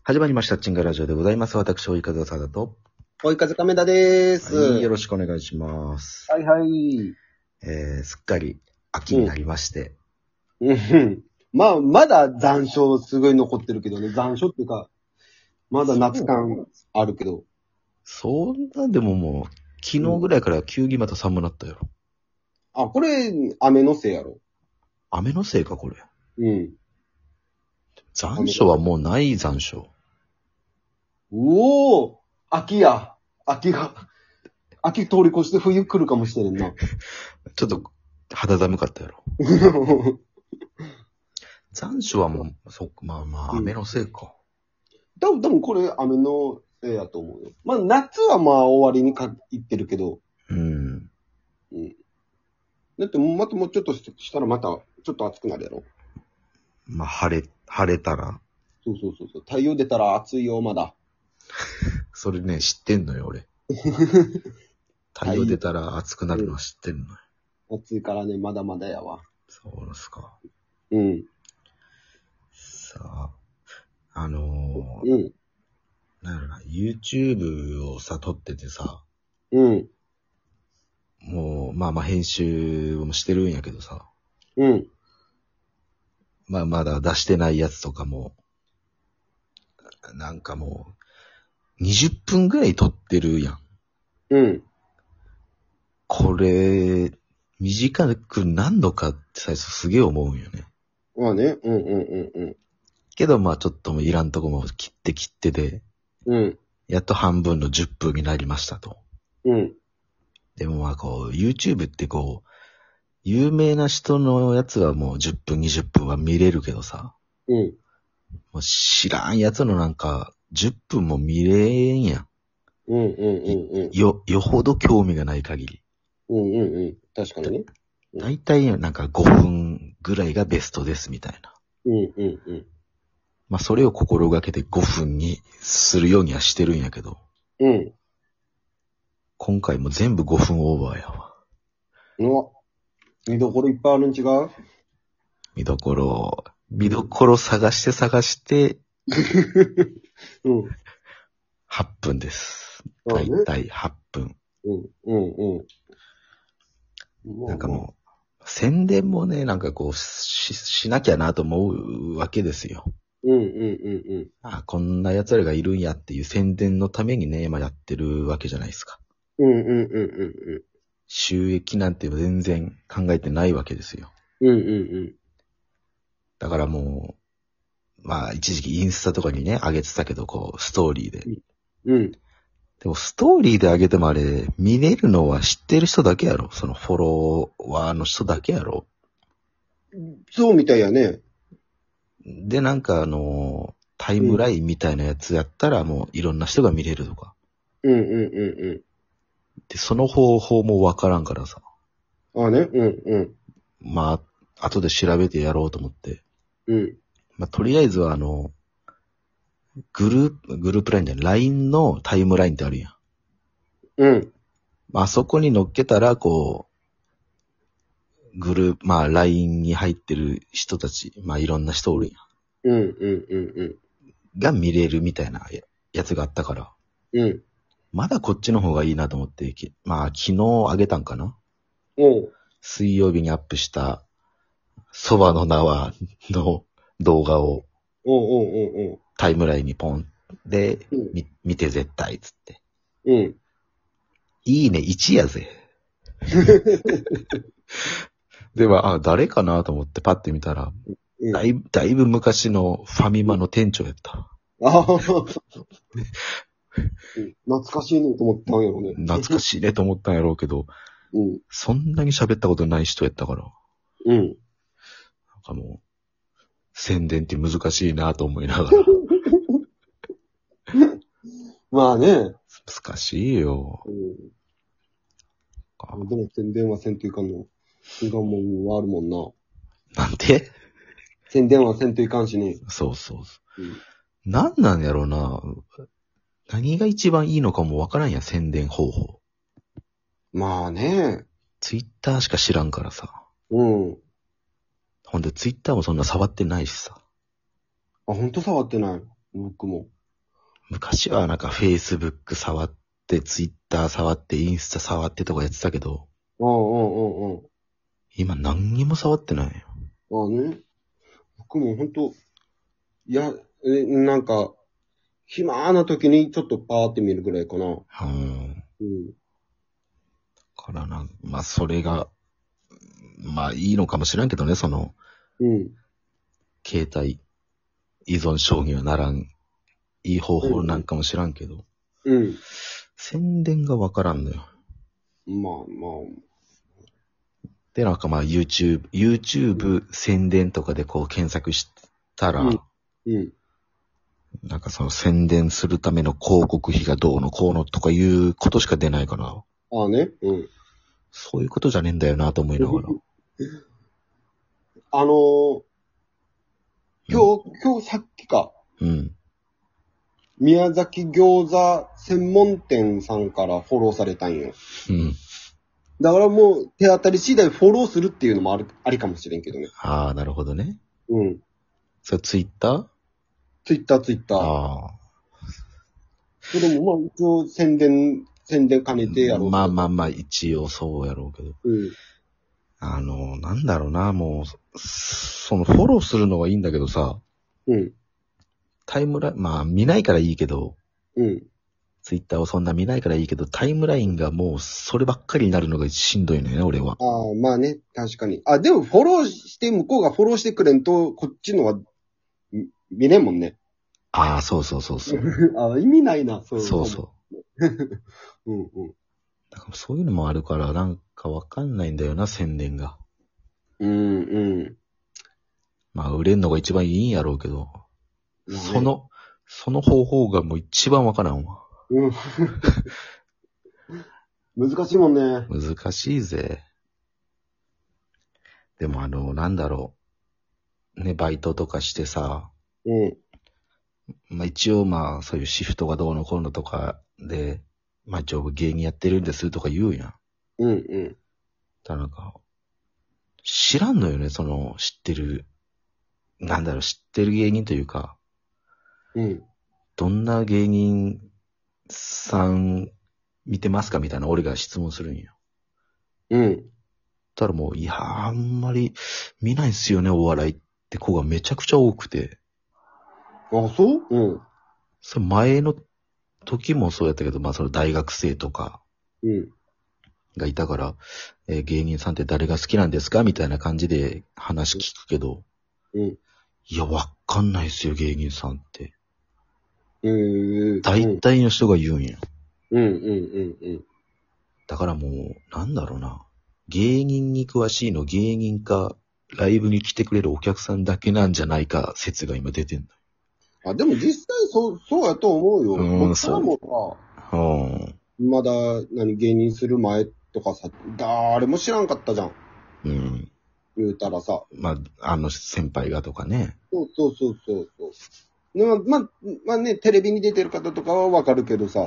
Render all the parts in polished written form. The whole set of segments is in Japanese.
始まりました、チンガラジオでございます。私、追い風さだと。 追い風亀田でーす。 はい、よろしくお願いします。 はいはい。 すっかり秋になりまして。 うん。まあ、まだ残暑すごい残ってるけどね。残暑っていうか、まだ夏感あるけど。 そんなでももう、昨日ぐらいから急にまた寒なったよ。 あ、これ、雨のせいやろ。 雨のせいか、これ。 うん。 残暑はもうない残暑。 おお秋や。秋通り越して冬来るかもしれんな。 ちょっと肌寒かったやろ。残暑はもう、まあ、雨のせいか。 多分これ雨のせいやと思うよ。まあ、夏はまあ終わりに行ってるけど。 うん。 だってまたもうちょっとしたらまたちょっと暑くなるやろ。 まあ、晴れたら。 そう。太陽出たら暑いよ、まだ。 それね、知ってんのよ、俺。太陽出たら暑くなるのは知ってんのよ。 暑いからね、まだまだやわ。 そうですか。 うん。 さあ、 うん。 なんやろな、YouTube をさ、撮っててさ、 うん。 もう、まあ編集もしてるんやけどさ、 うん。 まあまだ出してないやつとかも、なんかもう、20分ぐらい撮ってるやん。 うん。 これ、短くなんのかって最初すげえ思うんよね。 まあね。うん。 けどまあちょっともういらんとこも切ってで、 うん。 やっと半分の10分になりましたと。 うん。 でもまあこう、YouTube ってこう、有名な人のやつはもう10分20分は見れるけどさ、 うん。 もう知らんやつのなんか10分も見れんやん。 うん。 よほど興味がない限り。 うん。確かにね。 だいたいなんか5分ぐらいがベストですみたいな。 うん。 まあそれを心がけて5分にするようにはしてるんやけど、 うん。 今回も全部5分オーバーやわ。 見どころいっぱいあるん違う？ 見どころ探してうん。 8分です。 そうねだいたい8分。 うん。 なんかもう、宣伝もね、なんかこうしなきゃなと思うわけですよ。あ、こんな奴らがいるんやっていう宣伝のためにね、今やってるわけじゃないですか。収益なんて全然考えてないわけですよ。だからもう、まあ一時期インスタとかにね、上げてたけど、こう、ストーリーで。でもストーリーで上げてもあれ、見れるのは知ってる人だけやろ。そのフォロワーの人だけやろ。 そうみたいやね。 で、なんかタイムラインみたいなやつやったらもういろんな人が見れるとか。で、その方法もわからんからさ。 あね。 まあ、後で調べてやろうと思って。まあ、とりあえずはグループラインで LINE のタイムラインってあるやん。まあそこに乗っけたら、こう、まあ LINE に入ってる人たち、まあいろんな人おるやん。が見れるみたいなやつがあったから。まだこっちの方がいいなと思って、まあ昨日あげたんかな。水曜日にアップした、そばの縄の動画を、タイムラインにポンで、見て絶対つって。いいね1やぜ。では、誰かなと思ってパッて見たら、だいぶ昔のファミマの店長やった。 懐かしいねと思ったんやろね。 懐かしいねと思ったんやろうけど、そんなに喋ったことない人やったから。なんかもう、宣伝って難しいなと思いながら。 まあね。 難しいよ。 でも宣伝はせんといかんの。いかんもんはあるもんな。 なんて宣伝はせんといかんしね。 そう。なんなんやろうな。何が一番いいのかもわからんや、宣伝方法。 まあね。 ツイッターしか知らんからさ。 ほんでツイッターもそんな触ってないしさ。 ほんと触ってない。僕も。 昔はなんか Facebook 触って、Twitter 触って、インスタ触ってとかやってたけど、今何にも触ってないよ。 ああね。僕もほんと、いや、なんか、暇な時にちょっとパーって見るぐらいかな。うん。 からな、まあそれが、まあいいのかもしれんけどね、その、携帯依存症にはならん、いい方法なんかも知らんけど、宣伝がわからんのよ。 まあまあ。 で、なんかまあ YouTube 宣伝とかでこう検索したら、なんかその宣伝するための広告費がどうのこうのとかいうことしか出ないから。 ああね。 そういうことじゃねえんだよなと思いながら。 今日さっきか。宮崎餃子専門店さんからフォローされたんよ。だからもう手当たり次第フォローするっていうのもありかもしれんけどね。 ああ、なるほどね。それツイッター？ ツイッター。ああ。それもまあ一応宣伝兼ねてやろう。 まあ、一応そうやろうけど。なんだろうな、もう、そのフォローするのはいいんだけどさ、タイムライン、まあ見ないからいいけど、ツイッターをそんな見ないからいいけど、タイムラインがもうそればっかりになるのがしんどいのよね、俺は。 ああ、まあね、確かに。あ、でもフォローして、向こうがフォローしてくれんと、こっちのは見れんもんね。 ああ、そう。 あ、意味ないな、 そう。だからそういうのもあるから、なんかわかんないんだよな、宣伝が。まあ、売れんのが一番いいんやろうけど、その方法がもう一番わからんわ。 難しいもんね。 難しいぜ。でもなんだろう。ね、バイトとかしてさ、まあ一応まあそういうシフトがどうのこうのとかで、まあ一応芸人やってるんですとか言うやん。だなんか、知らんのよね、その知ってる芸人というか、どんな芸人さん見てますかみたいな俺が質問するんよ。たらもう、いやあんまり見ないっすよね、お笑いって子がめちゃくちゃ多くて。 あ、そう？ それ前の時もそうやったけど、まあその大学生とかがいたから、芸人さんって誰が好きなんですかみたいな感じで話聞くけど、いや、わかんないっすよ、芸人さんって。大体の人が言うんや。だからもう、なんだろうな。芸人に詳しいの芸人か、ライブに来てくれるお客さんだけなんじゃないか説が今出てんだ。 あ、でも実際そうやと思うよ。僕らもさ、まだ芸人する前とかさ、誰も知らんかったじゃん。言うたらさ。 まあ、先輩がとかね。 そう。でもまあね、テレビに出てる方とかはわかるけどさ。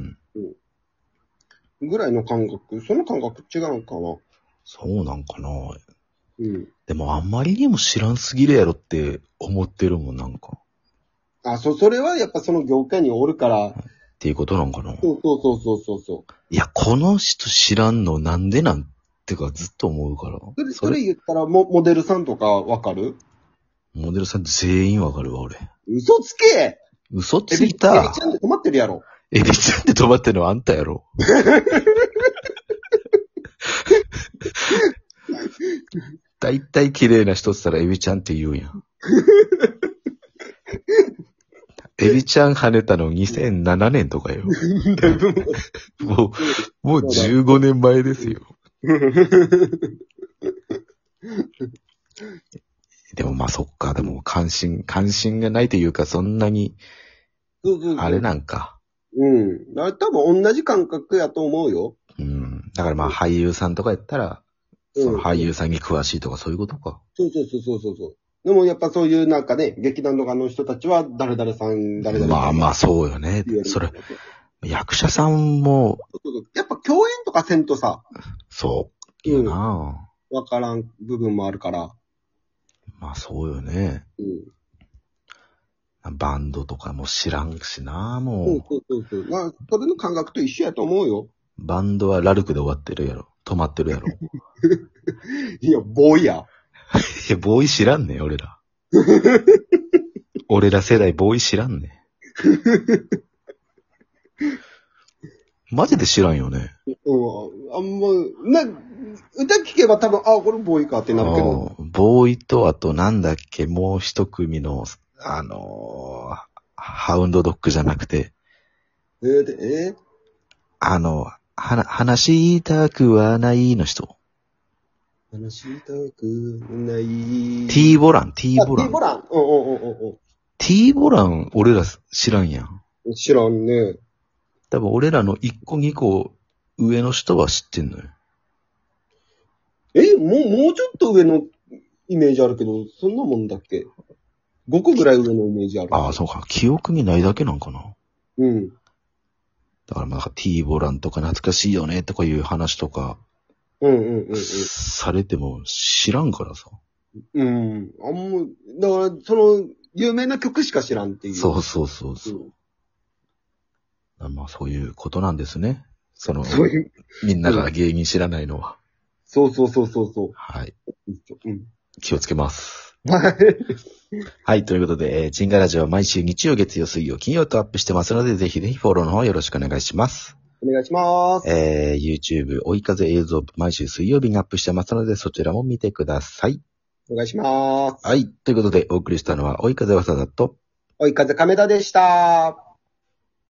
ぐらいの感覚、その感覚違うかな。 そうなんかな。でもあんまりにも知らんすぎるやろって思ってるもん、なんか。 あ、それはやっぱその業界におるから。 っていうことなんかな。 そう。 いや、この人知らんのなんでなんてかずっと思うから。 それ言ったらモデルさんとかわかる？ モデルさん全員わかるわ、俺。 嘘つけ！ 嘘ついた。 エビちゃんで止まってるやろ。 エビちゃんで止まってるのはあんたやろ。だいたい綺麗な人って言ったらエビちゃんって言うんや。エビちゃん跳ねたの2007年とかよ。もう15年前ですよ。でもまあそっか、でも関心がないというかそんなに、あれなんか。 多分同じ感覚やと思うよ。 だからまあ俳優さんとかやったら、その俳優さんに詳しいとかそういうことか。 そう。でもやっぱそういうなんかね、劇団とかの人たちは誰々さん。 まあそうよね。それ、役者さんも。 やっぱ共演とかせんとさ。 そう。いいなわからん部分もあるから。 まあそうよね。 バンドとかも知らんしな、もう。そう。まあ、それの感覚と一緒やと思うよ。 バンドはラルクで終わってるやろ。止まってるやろ。 いや、ボーイや。 いや、ボーイ知らんねん、俺ら。俺ら世代ボーイ知らんねん。マジで知らんよね。 あんま、歌聞けば多分、これボーイかってなるけど。 ボーイと、あとなんだっけ、もう一組の、ハウンドドッグじゃなくて。話したくはないの人。 話したくない。 T ボラン。 T ボラン。 T ボラン、俺ら知らんやん。 知らんね。 多分俺らの1個2個上の人は知ってんのよ。 もうちょっと上のイメージあるけど、そんなもんだっけ ?5 個ぐらい上のイメージある。 ああ、そうか。記憶にないだけなんかな。 うん。 だからまあ、T ボランとか懐かしいよねとかいう話とか、されても知らんからさ。 だから、その、有名な曲しか知らんっていう。 そう。まあ、そういうことなんですね。みんなが芸人知らないのは。 そう。 はい。 うん、 気をつけます。 はい。 はい、ということで、チンガラジオは毎週日曜、月曜、水曜、金曜とアップしてますので、ぜひフォローの方よろしくお願いします。 お願いします。 YouTube、追い風映像部、毎週水曜日にアップしてますので、そちらも見てください。 お願いします。 はい、ということで、お送りしたのは、追い風わさだと、 追い風亀田でした。